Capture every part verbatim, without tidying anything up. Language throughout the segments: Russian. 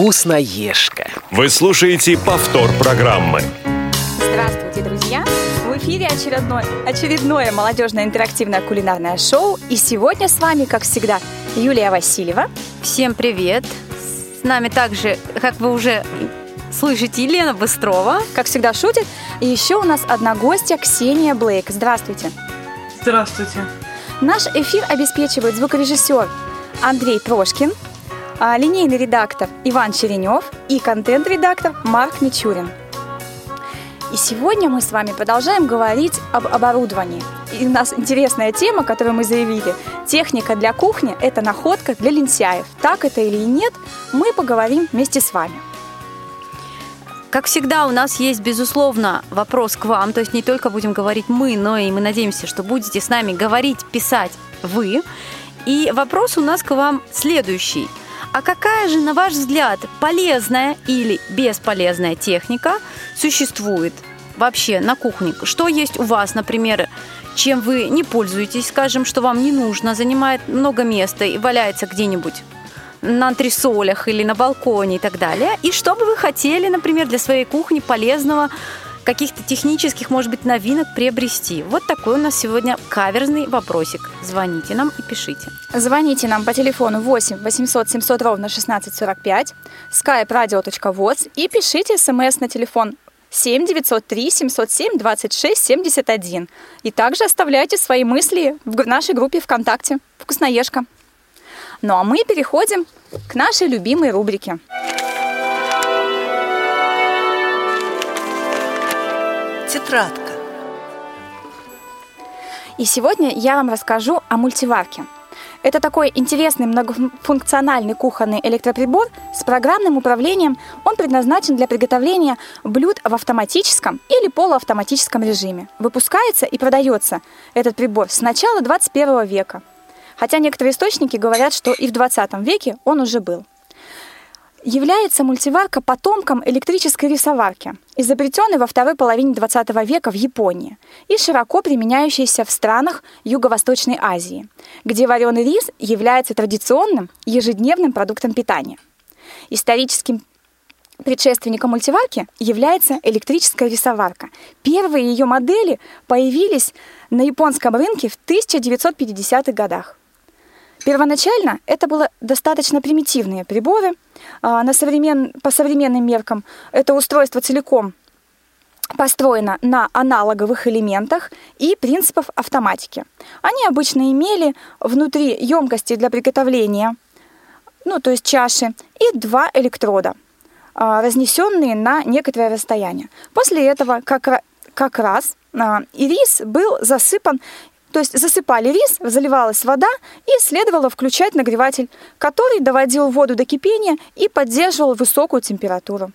Вкусноежка. Вы слушаете повтор программы. Здравствуйте, друзья! В эфире очередное, очередное молодежное интерактивное кулинарное шоу. И сегодня с вами, как всегда, Юлия Васильева. Всем привет! С нами также, как вы уже слышите, Елена Быстрова. Как всегда, шутит. И еще у нас одна гостья, Ксения Блейк. Здравствуйте! Здравствуйте! Наш эфир обеспечивает звукорежиссер Андрей Трошкин, линейный редактор Иван Черенев и контент-редактор Марк Мичурин. И сегодня мы с вами продолжаем говорить об оборудовании. И у нас интересная тема, которую мы заявили. Техника для кухни – это находка для лентяев. Так это или нет, мы поговорим вместе с вами. Как всегда, у нас есть, безусловно, вопрос к вам. То есть не только будем говорить мы, но и мы надеемся, что будете с нами говорить, писать вы. И вопрос у нас к вам следующий. А какая же, на ваш взгляд, полезная или бесполезная техника существует вообще на кухне? Что есть у вас, например, чем вы не пользуетесь, скажем, что вам не нужно, занимает много места и валяется где-нибудь на антресолях или на балконе и так далее? И что бы вы хотели, например, для своей кухни полезного, каких-то технических, может быть, новинок приобрести? Вот такой у нас сегодня каверзный вопросик. Звоните нам и пишите. Звоните нам по телефону восемь восемьсот семьсот ровно шестнадцать сорок пять, skype radio точка voz и пишите смс на телефон семь девятьсот три семьсот семь двадцать шесть семьдесят один. И также оставляйте свои мысли в нашей группе ВКонтакте «Вкусноежка». Ну а мы переходим к нашей любимой рубрике. Тетрадка. И сегодня я вам расскажу о мультиварке. Это такой интересный многофункциональный кухонный электроприбор с программным управлением. Он предназначен для приготовления блюд в автоматическом или полуавтоматическом режиме. Выпускается и продается этот прибор с начала двадцать первого века. Хотя некоторые источники говорят, что и в двадцатом веке он уже был. Является мультиварка потомком электрической рисоварки, изобретенной во второй половине двадцатого века в Японии и широко применяющейся в странах Юго-Восточной Азии, где вареный рис является традиционным ежедневным продуктом питания. Историческим предшественником мультиварки является электрическая рисоварка. Первые ее модели появились на японском рынке в тысяча девятьсот пятидесятых годах. Первоначально это были достаточно примитивные приборы. На современ... По современным меркам это устройство целиком построено на аналоговых элементах и принципах автоматики. Они обычно имели внутри емкости для приготовления, ну, то есть чаши, и два электрода, разнесенные на некоторое расстояние. После этого как, как раз и рис был засыпан. То есть засыпали рис, заливалась вода и следовало включать нагреватель, который доводил воду до кипения и поддерживал высокую температуру.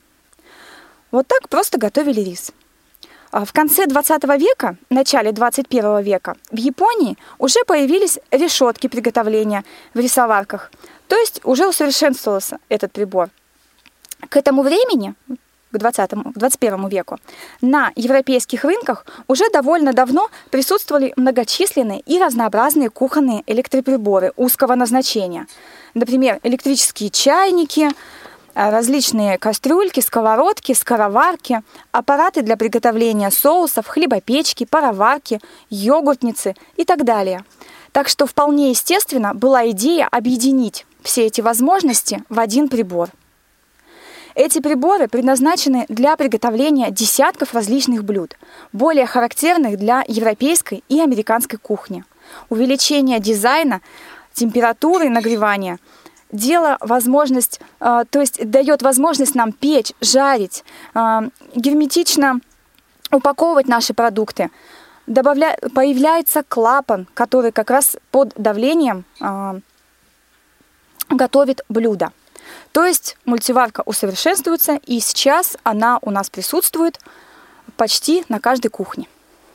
Вот так просто готовили рис. В конце двадцатого века, начале двадцать первого века в Японии уже появились решетки приготовления в рисоварках. То есть уже усовершенствовался этот прибор. К этому времени, к двадцатому, двадцать первому веку, на европейских рынках уже довольно давно присутствовали многочисленные и разнообразные кухонные электроприборы узкого назначения. Например, электрические чайники, различные кастрюльки, сковородки, скороварки, аппараты для приготовления соусов, хлебопечки, пароварки, йогуртницы и так далее. Так что вполне естественно была идея объединить все эти возможности в один прибор. Эти приборы предназначены для приготовления десятков различных блюд, более характерных для европейской и американской кухни. Увеличение дизайна, температуры нагревания дело возможность, э, то есть дает возможность нам печь, жарить, э, герметично упаковывать наши продукты. Добавля... Появляется клапан, который как раз под давлением э, готовит блюдо. То есть мультиварка усовершенствуется, и сейчас она у нас присутствует почти на каждой кухне.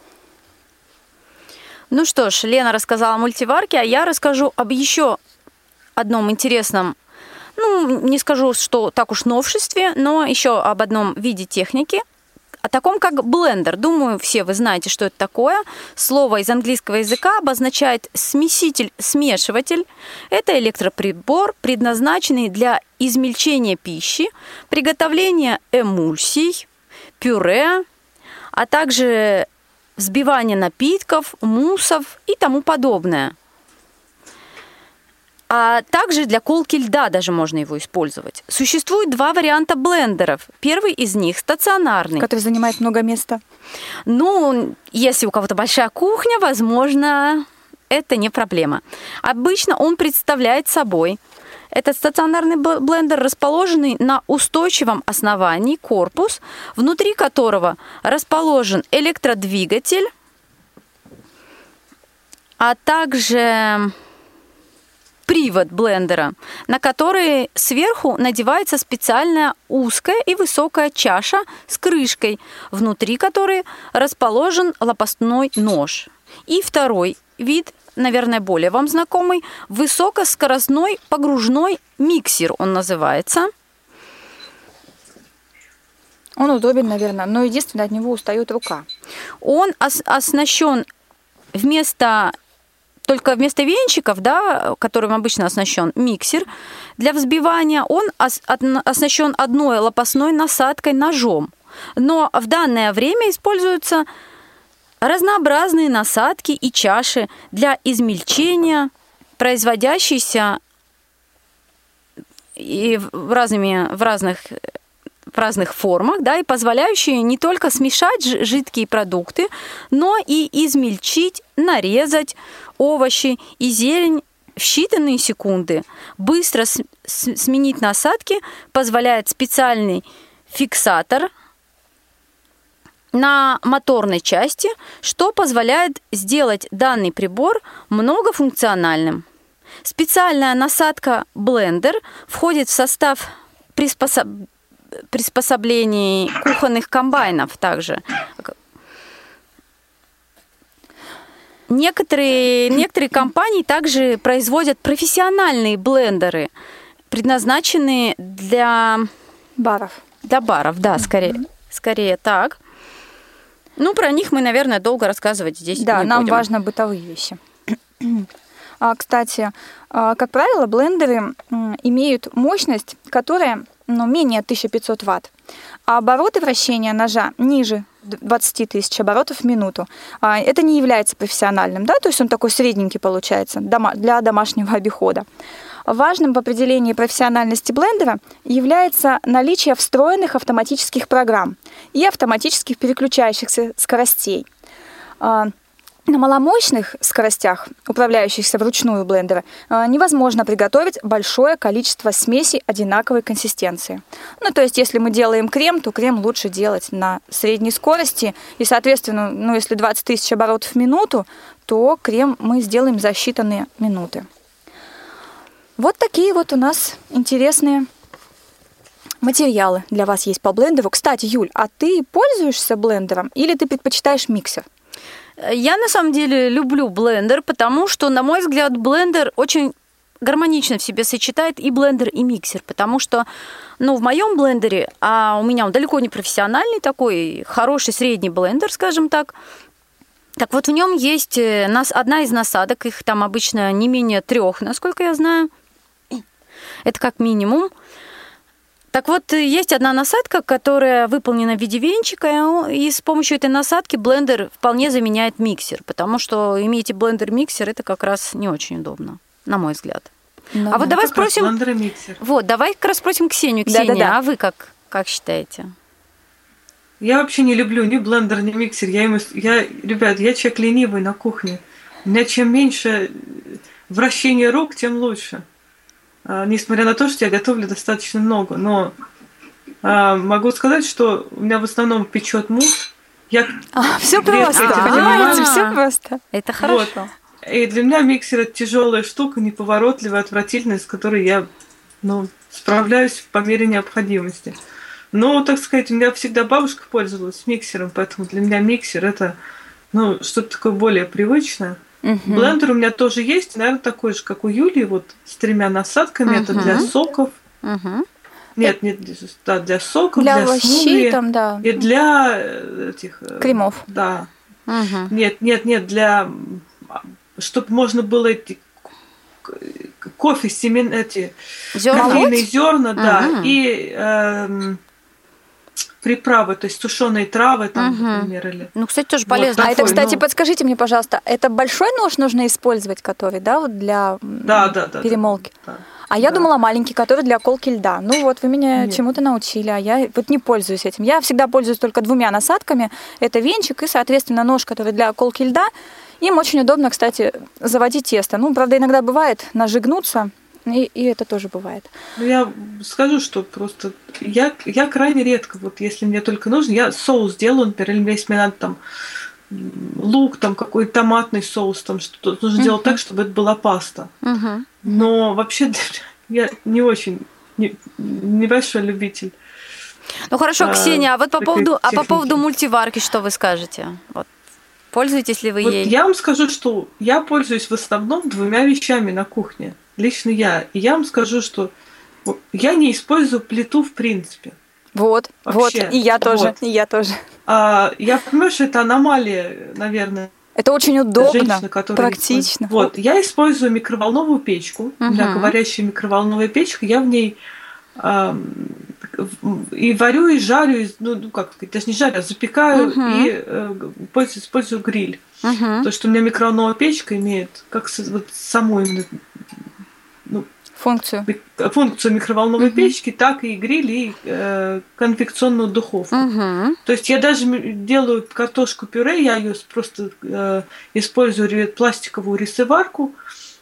Ну что ж, Лена рассказала о мультиварке, а я расскажу об еще одном интересном, ну, не скажу, что так уж новшестве, но еще об одном виде техники, о таком, как блендер. Думаю, все вы знаете, что это такое. Слово из английского языка обозначает смеситель-смешиватель. Это электроприбор, предназначенный для измельчения пищи, приготовления эмульсий, пюре, а также взбивания напитков, муссов и тому подобное. А также для колки льда даже можно его использовать. Существует два варианта блендеров. Первый из них стационарный. Который занимает много места. Ну, если у кого-то большая кухня, возможно, это не проблема. Обычно он представляет собой этот стационарный блендер, расположенный на устойчивом основании, корпус, внутри которого расположен электродвигатель, а также привод блендера, на который сверху надевается специальная узкая и высокая чаша с крышкой, внутри которой расположен лопастной нож. И второй вид, наверное, более вам знакомый, высокоскоростной погружной миксер он называется. Он удобен, наверное, но единственное, от него устает рука. Он ос- оснащен вместо Только вместо венчиков, да, которым обычно оснащен миксер, для взбивания он ос- оснащен одной лопастной насадкой ножом. Но в данное время используются разнообразные насадки и чаши для измельчения, производящиеся и в, разными, в, разных, в разных формах, да, и позволяющие не только смешать жидкие продукты, но и измельчить, нарезать овощи и зелень в считанные секунды. Быстро с- с- сменить насадки позволяет специальный фиксатор на моторной части, что позволяет сделать данный прибор многофункциональным. Специальная насадка блендер входит в состав приспособ... приспособлений кухонных комбайнов также. Некоторые, некоторые компании также производят профессиональные блендеры, предназначенные для Баров. Для баров, да, скорее, mm-hmm. скорее так. Ну, про них мы, наверное, долго рассказывать здесь да, не нам будем. важно бытовые вещи. а, кстати, как правило, блендеры имеют мощность, которая ну, менее тысяча пятьсот ватт, а обороты вращения ножа ниже двадцать тысяч оборотов в минуту. Это не является профессиональным, да, то есть он такой средненький получается для домашнего обихода. Важным в определении профессиональности блендера является наличие встроенных автоматических программ и автоматических переключающихся скоростей. На маломощных скоростях, управляющихся вручную блендера, невозможно приготовить большое количество смесей одинаковой консистенции. Ну, то есть, если мы делаем крем, то крем лучше делать на средней скорости. И, соответственно, ну, если двадцать тысяч оборотов в минуту, то крем мы сделаем за считанные минуты. Вот такие вот у нас интересные материалы для вас есть по блендеру. Кстати, Юль, а ты пользуешься блендером или ты предпочитаешь миксер? Я на самом деле люблю блендер, потому что, на мой взгляд, блендер очень гармонично в себе сочетает и блендер, и миксер, потому что, ну, в моем блендере, а у меня он далеко не профессиональный такой, хороший средний блендер, скажем так. Так вот, в нем есть одна из насадок, их там обычно не менее трех, насколько я знаю. Это как минимум. Так вот, есть одна насадка, которая выполнена в виде венчика, и с помощью этой насадки блендер вполне заменяет миксер, потому что иметь блендер-миксер – это как раз не очень удобно, на мой взгляд. Ну, а вот давай спросим… Блендер и миксер. Вот, давай как раз спросим Ксению. Ксения, Да-да-да. а вы как, как считаете? Я вообще не люблю ни блендер, ни миксер. Я, ему, я, ребят, я человек ленивый на кухне. У меня чем меньше вращения рук, тем лучше. А, несмотря на то, что я готовлю достаточно много. Но а, могу сказать, что у меня в основном печет муж. Я А, все редко просто, этим понимаете, занимаюсь. все просто. Это хорошо. Вот. И для меня миксер – это тяжелая штука, неповоротливая, отвратительная, с которой я ну, справляюсь по мере необходимости. Но, так сказать, у меня всегда бабушка пользовалась миксером, поэтому для меня миксер – это ну, что-то такое более привычное. Угу. Блендер у меня тоже есть, наверное, такой же, как у Юлии, вот с тремя насадками. Мгм. Это для соков. Угу. Нет, нет, да, для соков, Для для овощей смузи там, да. и для э, этих... э, Кремов. Да. Мгм. Нет, нет, нет, для... Чтобы можно было эти к- кофе, семен, эти Зерна? кофейные зерна, да, Мгм. и эм, приправы, то есть сушеные травы, там, Мгм. например, или... Ну, кстати, тоже Вот полезно. А это, такой, кстати, ну. подскажите мне, пожалуйста, это большой нож нужно использовать, который, да, вот для м, Да, да, да. перемолки? Да, А я да. думала маленький, который для колки льда. Ну вот, вы меня Нет. чему-то научили, а я вот не пользуюсь этим. Я всегда пользуюсь только двумя насадками. Это венчик и, соответственно, нож, который для колки льда. Им очень удобно, кстати, заводить тесто. Ну, правда, иногда бывает ножи гнутся, и, и это тоже бывает. Ну, я скажу, что просто я, я крайне редко, вот если мне только нужно, я соус делаю, например, или если мне надо там м, лук, там какой-то томатный соус, там что-то нужно делать так, чтобы это была паста. Мгм. Но вообще я не очень не- небольшой любитель. Ну хорошо, А, Ксения, а вот по такой поводу, а по техники. поводу мультиварки что вы скажете? Вот. Пользуетесь ли вы Вот ей? я вам скажу, что я пользуюсь в основном двумя вещами на кухне. Лично я. И я вам скажу, что вот я не использую плиту в принципе. Вот, Вообще, вот, и я тоже, вот. и я тоже. А, я понимаю, что это аномалия, наверное, Это очень удобно, женщины, которые... практично. Вот, я использую микроволновую печку. У меня Мгм. говорящая микроволновая печка. Я в ней ам, в- и варю, и жарю, и, ну, ну, как сказать, даже не жарю, а запекаю, Мгм. и э, пользуюсь- использую гриль. Мгм. То, что у меня микроволновая печка имеет как с- вот саму именно Функцию. мик- функцию микроволновой печки, так и гриль, и э, конвекционную духовку. Мгм. То есть я даже м- делаю картошку пюре, я ее просто э, использую ре- пластиковую рисоварку,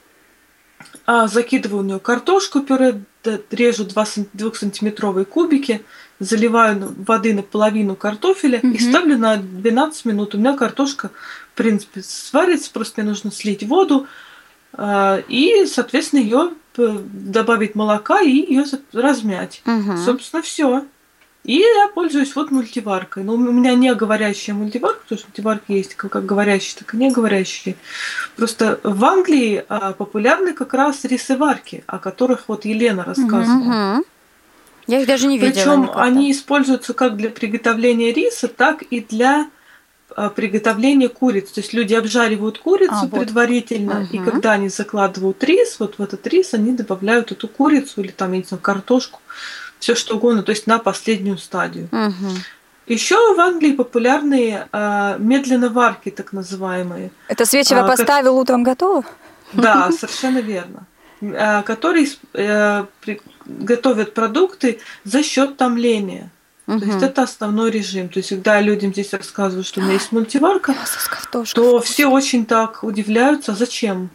а, закидываю в нее картошку пюре, д- режу два двухсантиметровые кубики, заливаю на- воды наполовину картофеля и Мгм. ставлю на двенадцать минут. У меня картошка, в принципе, сварится, просто мне нужно слить воду а, и, соответственно, ее добавить молока и ее размять. Мгм. Собственно, все. И я пользуюсь вот мультиваркой. Но у меня не говорящая мультиварка, потому что мультиварки есть как как говорящие, так и не говорящие. Просто в Англии а, популярны как раз рисоварки, о которых вот Елена рассказывала. Мгм. Я их даже не видела Причем никогда. они используются как для приготовления риса, так и для а, приготовления куриц. То есть люди обжаривают курицу А, вот. предварительно, и Мгм. когда они закладывают рис, вот в этот рис они добавляют эту курицу или там, я не знаю, картошку, все что угодно, то есть на последнюю стадию. Мгм. Еще в Англии популярны а, медленно варки, так называемые. Это с вечера А, как- поставил, утром готово? Да, совершенно верно. А, которые э, при- готовят продукты за счет томления. То есть Мгм. это основной режим. То есть, когда людям здесь рассказывают, что у меня есть мультиварка, Мясо с картошкой. то все очень так удивляются, а зачем?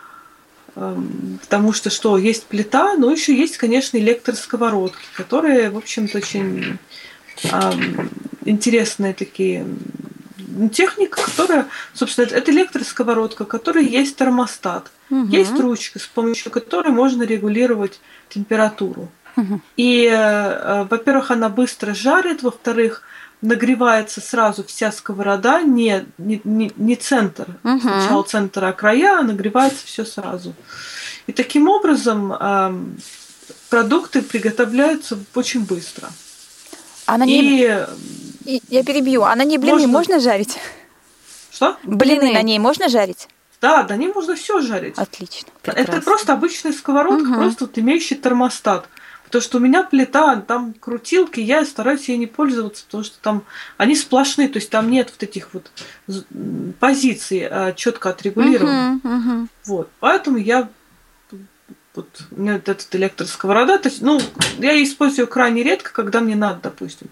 Эм, Потому что что, есть плита, но еще есть, конечно, электросковородки, которые, в общем-то, очень ам, интересные такие м, техника, которая, собственно, это- это электросковородка, у которой есть термостат, Мгм. есть ручка, с помощью которой можно регулировать температуру. Мгм. И, э, э, во-первых, она быстро жарит, во-вторых, нагревается сразу вся сковорода, не, не, не, не центр, Мгм. сначала центр, а края, а нагревается все сразу. И таким образом эм, продукты приготовляются очень быстро. А на ней, И э, и- я перебью, а на ней блины можно- можно жарить? что? Блины Блины. на ней можно жарить? Да, на ней можно все жарить. Отлично. Это прекрасно. просто обычная сковородка, Мгм. просто вот имеющий термостат. Потому что у меня плита, там крутилки, я стараюсь ей не пользоваться, потому что там они сплошные, то есть там нет вот этих вот з- м, позиций а, четко отрегулированных. Мгм. Мгм. Вот, поэтому я вот у меня вот этот электросковорода, то есть, ну, я ее использую крайне редко, когда мне надо, допустим,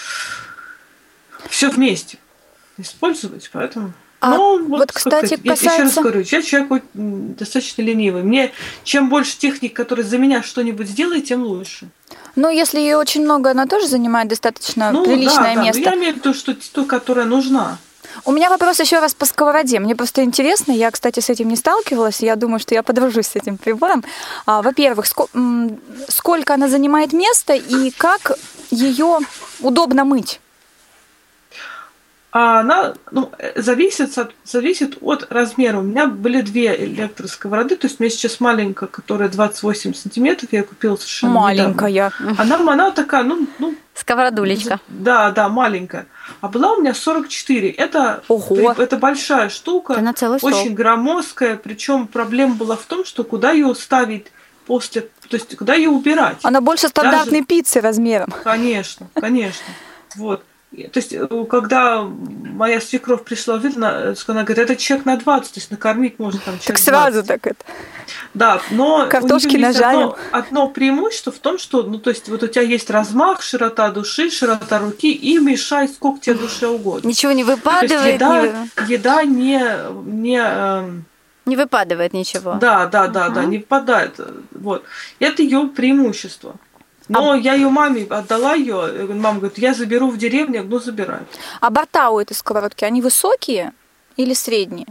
все вместе использовать, поэтому. А Ну, вот, как кстати, сказать, я еще раз касается- говорю, я человек м, достаточно ленивый. Мне чем больше техник, которые за меня что-нибудь сделают, тем лучше. Ну, если ее очень много, она тоже занимает достаточно Ну, приличное да, да, место. но я имею в виду, что ту, которая нужна. У меня вопрос еще раз по сковороде. Мне просто интересно, я, кстати, с этим не сталкивалась, я думаю, что я подружусь с этим прибором. А, во-первых, ско- м, сколько она занимает места и как ее удобно мыть? А она, ну, зависит от, зависит от размера. У меня были две электросковороды, то есть у меня сейчас маленькая, которая двадцать восемь сантиметров, я ее купила совершенно Маленькая. недавно. Она, она такая, ну, ну... Сковородулечка. Да, да, маленькая. А была у меня сорок четыре. Это, Ого. это большая штука, Это на целый стол. очень громоздкая, причем проблема была в том, что куда ее ставить после, то есть куда ее убирать. Она больше стандартной Даже... пиццы размером. Конечно, конечно. Вот. То есть, когда моя свекровь пришла в вид, она, она говорит, это чек на двадцать, то есть накормить можно там человек Так сразу двадцать. так это. Да, но картошки у нее есть нажарим. одно, одно преимущество в том, что, ну, то есть, вот у тебя есть размах, широта души, широта руки, и мешай сколько тебе душе угодно. Ничего не То есть, выпадывает, еда, не... еда не... не эм, не выпадывает ничего. Да, да, да, Ага. да, не впадает. Вот. Это ее преимущество. Но А- я ее маме отдала ее. Мама говорит, я заберу в деревню, я говорю, ну забирай. А борта у этой сковородки, они высокие или средние?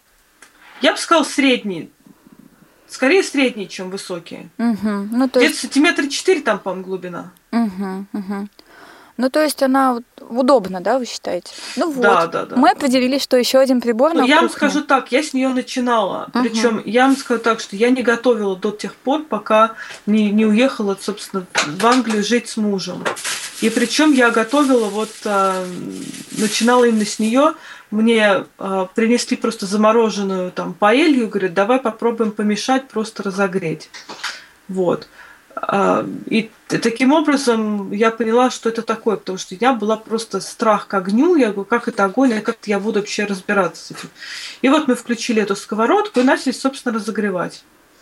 Я бы сказала средний. Скорее средний, чем высокие. Угу. Ну, то Где-то есть... сантиметра четыре там, по-моему, глубина. Угу, угу. Ну, то есть она вот удобна, да, вы считаете? Ну вот, Да, да, да. мы определились, что еще один прибор Ну, на я вам кухне. скажу так, я с нее начинала. Мгм. Причем я вам скажу так, что я не готовила до тех пор, пока не, не уехала, собственно, в Англию жить с мужем. И причем я готовила, вот а, начинала именно с нее. Мне а, принесли просто замороженную там паэлью, говорят, давай попробуем помешать, просто разогреть. Вот. А, И т- таким образом я поняла, что это такое, потому что у меня была просто страх к огню. Я говорю, как это огонь, а как я буду вообще разбираться с этим. И вот мы включили эту сковородку и начали, собственно, разогревать.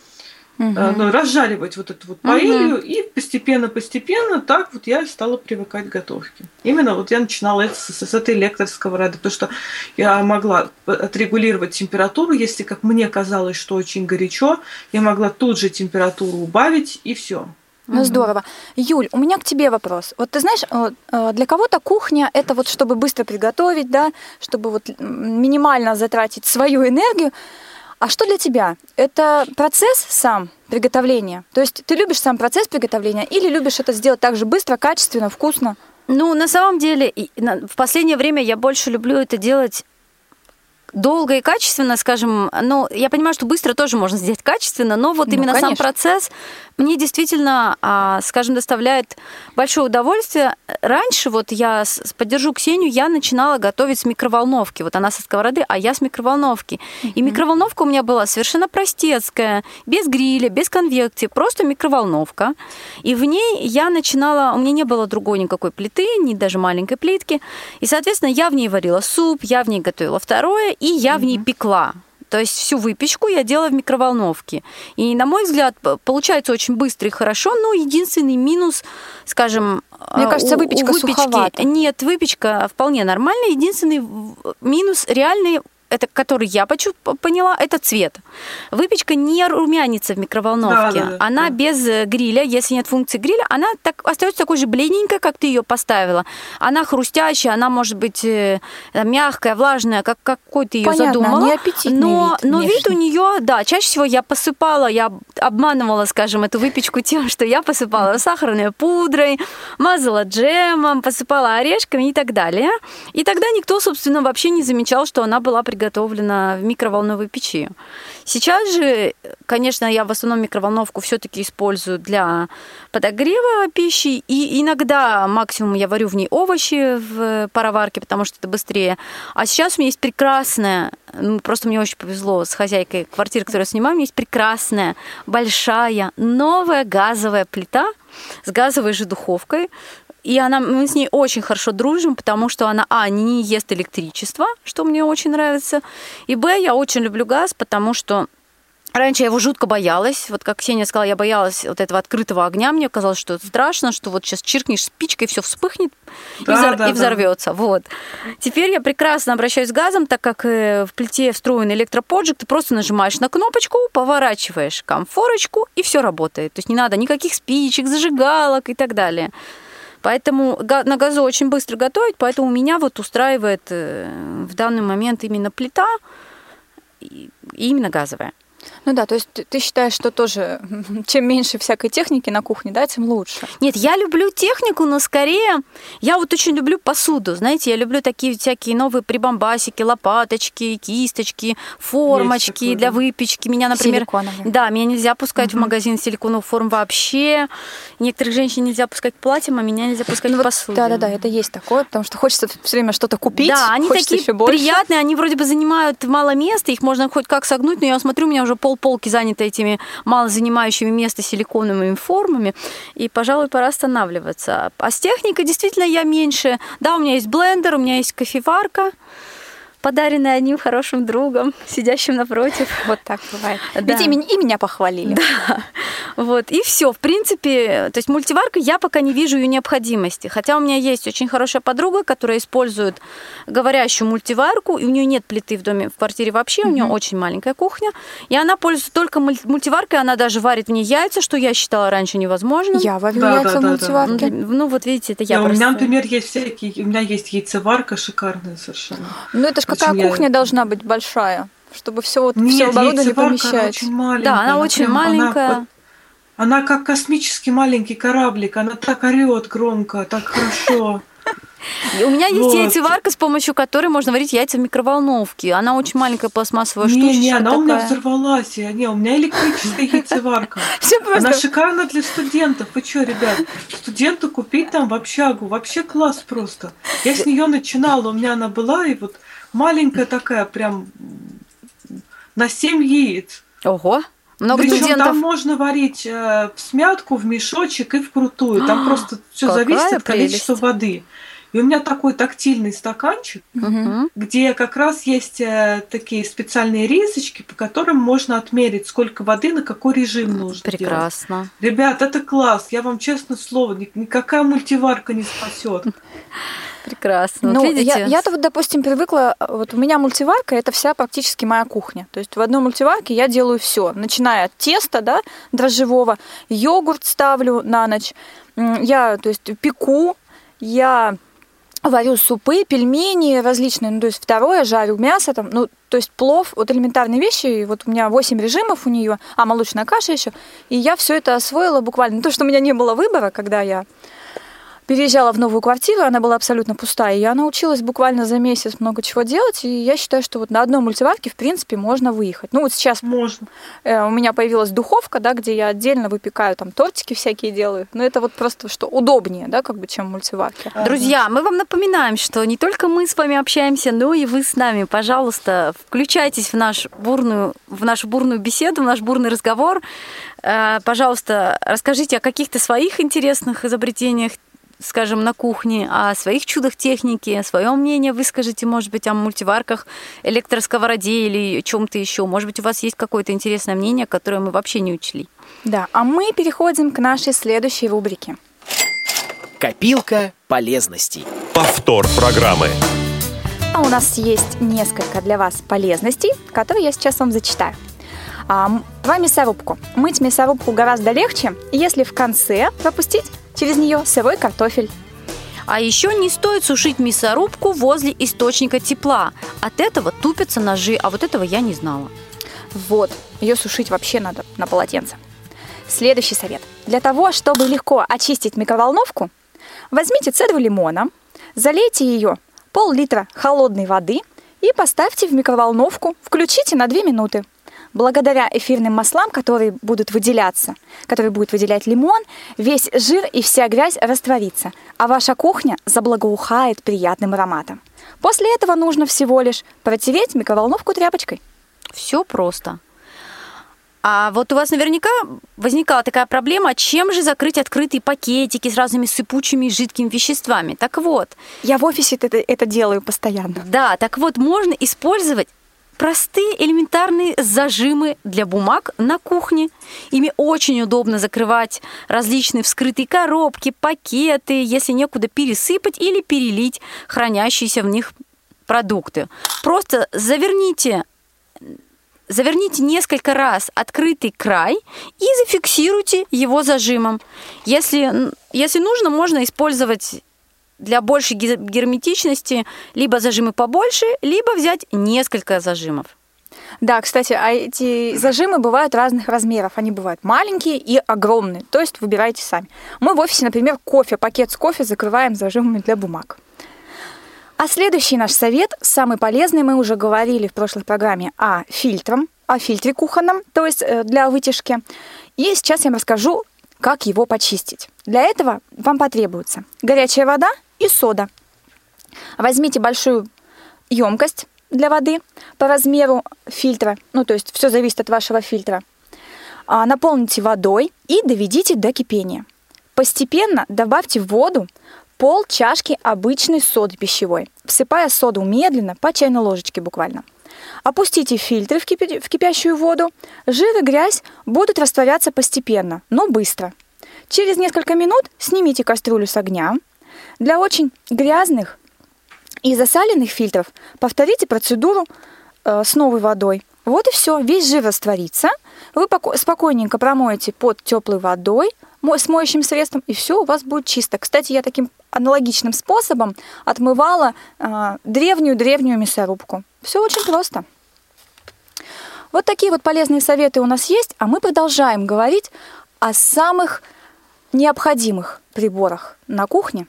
Мгм. А, Ну, разжаривать вот эту вот паэлью, и постепенно-постепенно так вот я стала привыкать к готовке. Именно вот я начинала это с, с этой электросковороды, потому что я могла отрегулировать температуру, если, как мне казалось, что очень горячо, я могла тут же температуру убавить, и все. Ну, здорово. Юль, у меня к тебе вопрос. Вот ты знаешь, э, э, для кого-то кухня – это вот чтобы быстро приготовить, да, чтобы вот м, минимально затратить свою энергию. А что для тебя? Это процесс сам приготовления? То есть ты любишь сам процесс приготовления или любишь это сделать так же быстро, качественно, вкусно? Ну, на самом деле, и на- в последнее время я больше люблю это делать долго и качественно, скажем. Ну, я понимаю, что быстро тоже можно сделать качественно, но вот Ну, именно сам конечно. процесс мне действительно, а, скажем, доставляет большое удовольствие. Раньше, вот я с- с- поддержу Ксению, я начинала готовить с микроволновки. Вот она со сковороды, а я с микроволновки. И микроволновка у меня была совершенно простецкая, без гриля, без конвекции, просто микроволновка. И в ней я начинала, у меня не было другой никакой плиты, ни даже маленькой плитки. И, соответственно, я в ней варила суп, я в ней готовила второе, и я в ней пекла. То есть всю выпечку я делала в микроволновке. И, на мой взгляд, п- получается очень быстро и хорошо, но единственный минус, скажем... Мне а, кажется, у- выпечка у выпечки- суховата. Нет, выпечка вполне нормальная. Единственный в- минус реальный, это, который я почу- поняла, это цвет. Выпечка не румянится в микроволновке. Да, да, да, она да. без э, гриля, если нет функции гриля, она так, остается такой же бледненькой, как ты ее поставила. Она хрустящая, она может быть э, мягкая, влажная, как какой ты ее Понятно, задумала. не аппетитный но, вид но вид внешний. у нее, да, чаще всего я посыпала, я обманывала, скажем, эту выпечку тем, что я посыпала сахарной пудрой, мазала джемом, посыпала орешками и так далее. И тогда никто, собственно, вообще не замечал, что она была приготовлена в микроволновой печи. Сейчас же, конечно, я в основном микроволновку все-таки использую для подогрева пищи, и иногда максимум я варю в ней овощи в пароварке, потому что это быстрее. А сейчас у меня есть прекрасная, ну, просто мне очень повезло с хозяйкой квартиры, которую я снимаю, у меня есть прекрасная, большая, новая газовая плита с газовой же духовкой. И она, мы с ней очень хорошо дружим, потому что она, а, не ест электричество, что мне очень нравится, и, б, я очень люблю газ, потому что раньше я его жутко боялась. Вот как Ксения сказала, я боялась вот этого открытого огня. Мне казалось, что это страшно, что вот сейчас чиркнешь спичкой, все вспыхнет и, Да, взор- да, и взорвется. Вот. Теперь я прекрасно обращаюсь с газом, так как э, в плите встроен электроподжиг. Ты просто нажимаешь на кнопочку, поворачиваешь комфорочку, и все работает. То есть не надо никаких спичек, зажигалок и так далее. Поэтому га- на газу очень быстро готовить, поэтому меня вот устраивает э, в данный момент именно плита, и и именно газовая. Ну да, то есть ты, ты считаешь, что тоже чем меньше всякой техники на кухне, да, тем лучше. Нет, я люблю технику, но скорее я вот очень люблю посуду. Знаете, я люблю такие всякие новые прибамбасики, лопаточки, кисточки, формочки такое, для да. выпечки. Меня, например, силиконовые. Да, меня нельзя пускать угу. в магазин силиконовых форм вообще. Некоторых женщин нельзя пускать к платьям, а меня нельзя пускать ну, в посуду. Да-да-да, это есть такое, потому что хочется все время что-то купить. Да, они такие еще больше. приятные, они вроде бы занимают мало места, их можно хоть как согнуть, но я смотрю, у меня уже пол полки заняты этими мало занимающими место силиконовыми формами, и, пожалуй, пора останавливаться. А с техникой действительно я меньше. Да, у меня есть блендер, у меня есть кофеварка, подаренная одним хорошим другом, сидящим напротив. Вот так бывает. Да. Ведь и, и меня похвалили. Да. Вот, и все. В принципе, то есть мультиварка, я пока не вижу ее необходимости. Хотя у меня есть очень хорошая подруга, которая использует говорящую мультиварку, и у нее нет плиты в доме, в квартире вообще, mm-hmm. у нее очень маленькая кухня, и она пользуется только мультиваркой, она даже варит мне яйца, что я считала раньше невозможным. Я варю да, яйца да, в да, мультиварке. Да. Ну вот видите, это я да, просто... У меня, например, есть всякие, у меня есть яйцеварка шикарная совершенно. Ну это ж какая очень кухня я... должна быть большая, чтобы все вот Нет, все оборудование помещать. Она очень маленькая. Да, она, она очень прям, маленькая. Она... Она как космический маленький кораблик, она так орёт громко, так хорошо. У меня есть вот. яйцеварка, с помощью которой можно варить яйца в микроволновке. Она очень маленькая пластмассовая не, штучка. Не, она такая. у меня взорвалась. Не, у меня электрическая яйцеварка. Она шикарна для студентов. Вы что, ребят, студенту купить там в общагу, вообще класс просто. Я с нее начинала, у меня она была, и вот маленькая такая, прям на семь яиц. Ого! Много Причем студентов. Там можно варить э, в смятку, в мешочек и вкрутую. Там просто все зависит от количества воды. И у меня такой тактильный стаканчик, угу. где как раз есть э, такие специальные рисочки, по которым можно отмерить, сколько воды на какой режим нужно. Прекрасно. Делать. Ребят, это класс. Я вам честно слово, никакая мультиварка не спасет. Прекрасно. Ну, вот видите? Я, я-то вот, допустим, привыкла, вот у меня мультиварка, это вся практически моя кухня. То есть в одной мультиварке я делаю все, начиная от теста, да, дрожжевого, йогурт ставлю на ночь, я, то есть, пеку, я варю супы, пельмени различные, ну, то есть второе, жарю мясо, там, ну, то есть плов, вот элементарные вещи, и вот у меня восемь режимов у нее, а молочная каша еще, и я все это освоила буквально. То, что у меня не было выбора, когда я переезжала в новую квартиру, она была абсолютно пустая, и я научилась буквально за месяц много чего делать, и я считаю, что вот на одной мультиварке, в принципе, можно выехать. Ну, вот сейчас можно. У меня появилась духовка, да, где я отдельно выпекаю, там, тортики всякие делаю, но это вот просто что удобнее, да, как бы, чем мультиварки. Друзья, мы вам напоминаем, что не только мы с вами общаемся, но и вы с нами. Пожалуйста, включайтесь в, наш бурную, в нашу бурную беседу, в наш бурный разговор. Пожалуйста, расскажите о каких-то своих интересных изобретениях, скажем, на кухне, о своих чудах техники, свое мнение выскажите, может быть, о мультиварках, электросковороде или чем-то еще. Может быть, у вас есть какое-то интересное мнение, которое мы вообще не учли. Да, а мы переходим к нашей следующей рубрике. Копилка полезностей. Повтор программы. А у нас есть несколько для вас полезностей, которые я сейчас вам зачитаю. А, про мясорубку. Мыть мясорубку гораздо легче, если в конце пропустить через нее сырой картофель. А еще не стоит сушить мясорубку возле источника тепла. От этого тупятся ножи, а вот этого я не знала. Вот, ее сушить вообще надо на полотенце. Следующий совет. Для того, чтобы легко очистить микроволновку, возьмите цедру лимона, залейте ее пол-литра холодной воды и поставьте в микроволновку, включите на две минуты. Благодаря эфирным маслам, которые будут выделяться, которые будет выделять лимон, весь жир и вся грязь растворится, а ваша кухня заблагоухает приятным ароматом. После этого нужно всего лишь протереть микроволновку тряпочкой. Все просто. А вот у вас наверняка возникала такая проблема, чем же закрыть открытые пакетики с разными сыпучими и жидкими веществами. Так вот. Я в офисе это, это делаю постоянно. Да, так вот, можно использовать простые элементарные зажимы для бумаг на кухне. Ими очень удобно закрывать различные вскрытые коробки, пакеты, если некуда пересыпать или перелить хранящиеся в них продукты. Просто заверните, заверните несколько раз открытый край и зафиксируйте его зажимом. Если, если нужно, можно использовать для большей герметичности либо зажимы побольше, либо взять несколько зажимов. Да, кстати, а эти зажимы бывают разных размеров. Они бывают маленькие и огромные, то есть выбирайте сами. Мы в офисе, например, кофе, пакет с кофе закрываем зажимами для бумаг. А следующий наш совет, самый полезный, мы уже говорили в прошлой программе о фильтре, о фильтре кухонном, то есть для вытяжки. И сейчас я вам расскажу, как его почистить. Для этого вам потребуется горячая вода и сода. Возьмите большую емкость для воды по размеру фильтра, ну то есть все зависит от вашего фильтра. Наполните водой и доведите до кипения. Постепенно добавьте в воду пол чашки обычной соды пищевой, всыпая соду медленно, по чайной ложечке буквально. Опустите фильтры в, кипя... в кипящую воду. Жир и грязь будут растворяться постепенно, но быстро. Через несколько минут снимите кастрюлю с огня. Для очень грязных и засаленных фильтров повторите процедуру э, с новой водой. Вот и все, весь жир растворится. Вы поко- спокойненько промоете под теплой водой с моющим средством, и все у вас будет чисто. Кстати, я таким аналогичным способом отмывала э, древнюю-древнюю мясорубку. Все очень просто. Вот такие вот полезные советы у нас есть, а мы продолжаем говорить о самых необходимых приборах на кухне.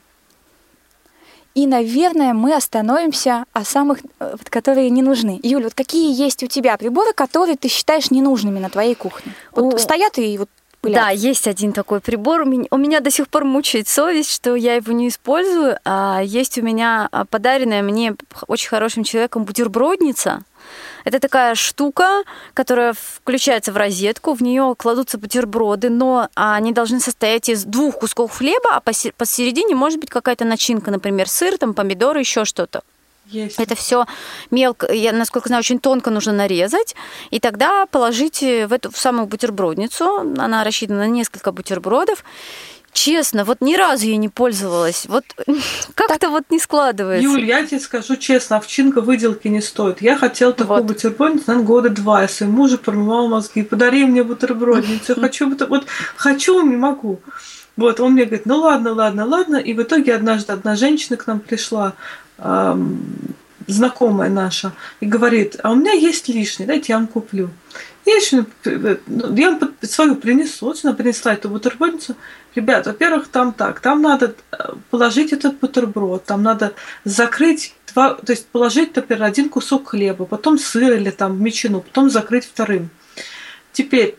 И, наверное, мы остановимся о самых, которые не нужны. Юля, вот какие есть у тебя приборы, которые ты считаешь ненужными на твоей кухне? Вот О, стоят и вот пылят. Да, есть один такой прибор. У меня, у меня до сих пор мучает совесть, что я его не использую. А есть у меня подаренная мне очень хорошим человеком бутербродница. Это такая штука, которая включается в розетку, в нее кладутся бутерброды, но они должны состоять из двух кусков хлеба, а посередине может быть какая-то начинка, например, сыр, там, помидоры, еще что-то. Есть. Это все мелко, я, насколько знаю, очень тонко нужно нарезать, и тогда положить в эту в самую бутербродницу. Она рассчитана на несколько бутербродов. Честно, вот ни разу я не пользовалась. Вот как-то вот не складывается. Юль, я тебе скажу честно, овчинка выделки не стоит. Я хотела такую Вот. бутербродницу, наверное, года два. Я своему мужу промывала мозги. Подари мне бутербродницу. Я хочу, бутер- вот хочу, не могу. Вот, он мне говорит, ну ладно, ладно, ладно. И в итоге однажды одна женщина к нам пришла, эм, знакомая наша, и говорит, а у меня есть лишнее, дайте я вам куплю. Я еще я вам свою принесу. Вот она принесла эту бутербродницу. Ребят, во-первых, там так, там надо положить этот бутерброд, там надо закрыть два, то есть положить, например, один кусок хлеба, потом сыр или там ветчину, потом закрыть вторым. Теперь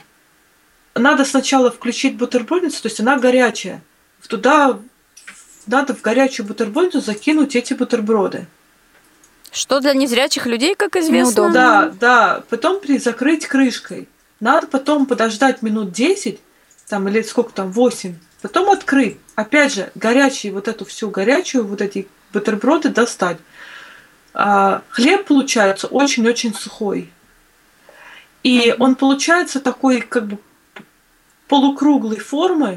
надо сначала включить бутербродницу, то есть она горячая. Туда надо в горячую бутербродницу закинуть эти бутерброды. Что для незрячих людей, как известно. Неудобно. Да, да. Потом при закрыть крышкой. Надо потом подождать минут десять, там, или сколько там, восемь. Потом открыть. Опять же, горячую, вот эту всю горячую, вот эти бутерброды достать. А, хлеб получается очень-очень сухой. И он получается такой, как бы, полукруглой формы.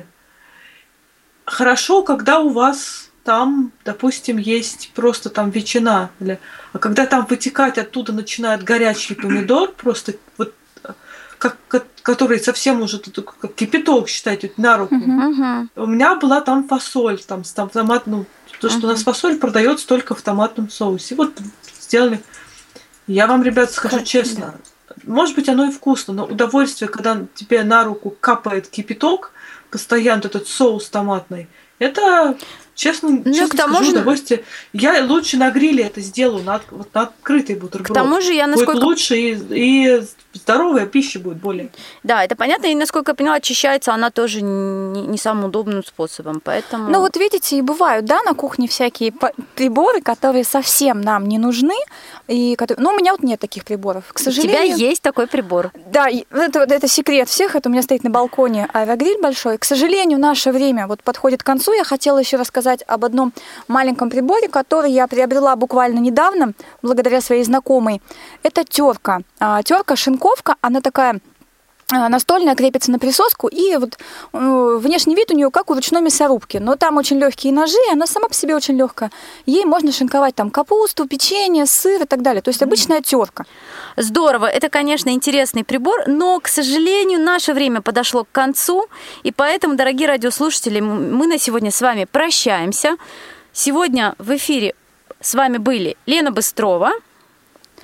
Хорошо, когда у вас там, допустим, есть просто там ветчина. А когда там вытекать оттуда начинает горячий помидор, просто вот как, который совсем уже как кипяток, считайте, на руку. Uh-huh. У меня была там фасоль, там, там томат, ну, то, что uh-huh. у нас фасоль продается только в томатном соусе. Вот сделали. Я вам, ребят, скажу честно, может быть, оно и вкусно, но удовольствие, когда тебе на руку капает кипяток, постоянно этот соус томатный, это... Честно, ну, честно скажу, же... удовольствие. Я лучше на гриле это сделаю, на, вот, на открытый бутерброд. К тому же я насколько... Будет лучше, и, и здоровая пища будет более. Да, это понятно, и, насколько я поняла, очищается она тоже не, не самым удобным способом, поэтому... Ну вот видите, и бывают, да, на кухне всякие приборы, которые совсем нам не нужны, и которые... ну у меня вот нет таких приборов, к сожалению. У тебя есть такой прибор. Да, это, это секрет всех, это у меня стоит на балконе аэрогриль большой. К сожалению, наше время вот подходит к концу, я хотела еще рассказать об одном маленьком приборе, который я приобрела буквально недавно, благодаря своей знакомой. Это терка. Терка шинковка, она такая настольная, крепится на присоску, и вот внешний вид у нее как у ручной мясорубки, но там очень легкие ножи, и она сама по себе очень легкая. Ей можно шинковать там капусту, печенье, сыр и так далее. То есть обычная терка. Здорово, это, конечно, интересный прибор, но, к сожалению, наше время подошло к концу, и поэтому, дорогие радиослушатели, мы на сегодня с вами прощаемся. Сегодня в эфире с вами были Лена Быстрова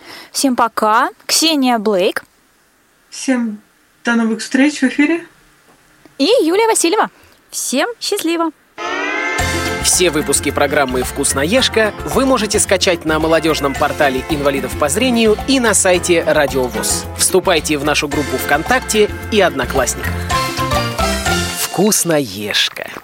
Всем пока. Ксения Блейк. Всем до новых встреч в эфире. И Юлия Васильева. Всем счастливо. Все выпуски программы «Вкусноежка» вы можете скачать на молодежном портале инвалидов по зрению и на сайте Радио ВОС. Вступайте в нашу группу ВКонтакте и Одноклассниках. «Вкусноежка».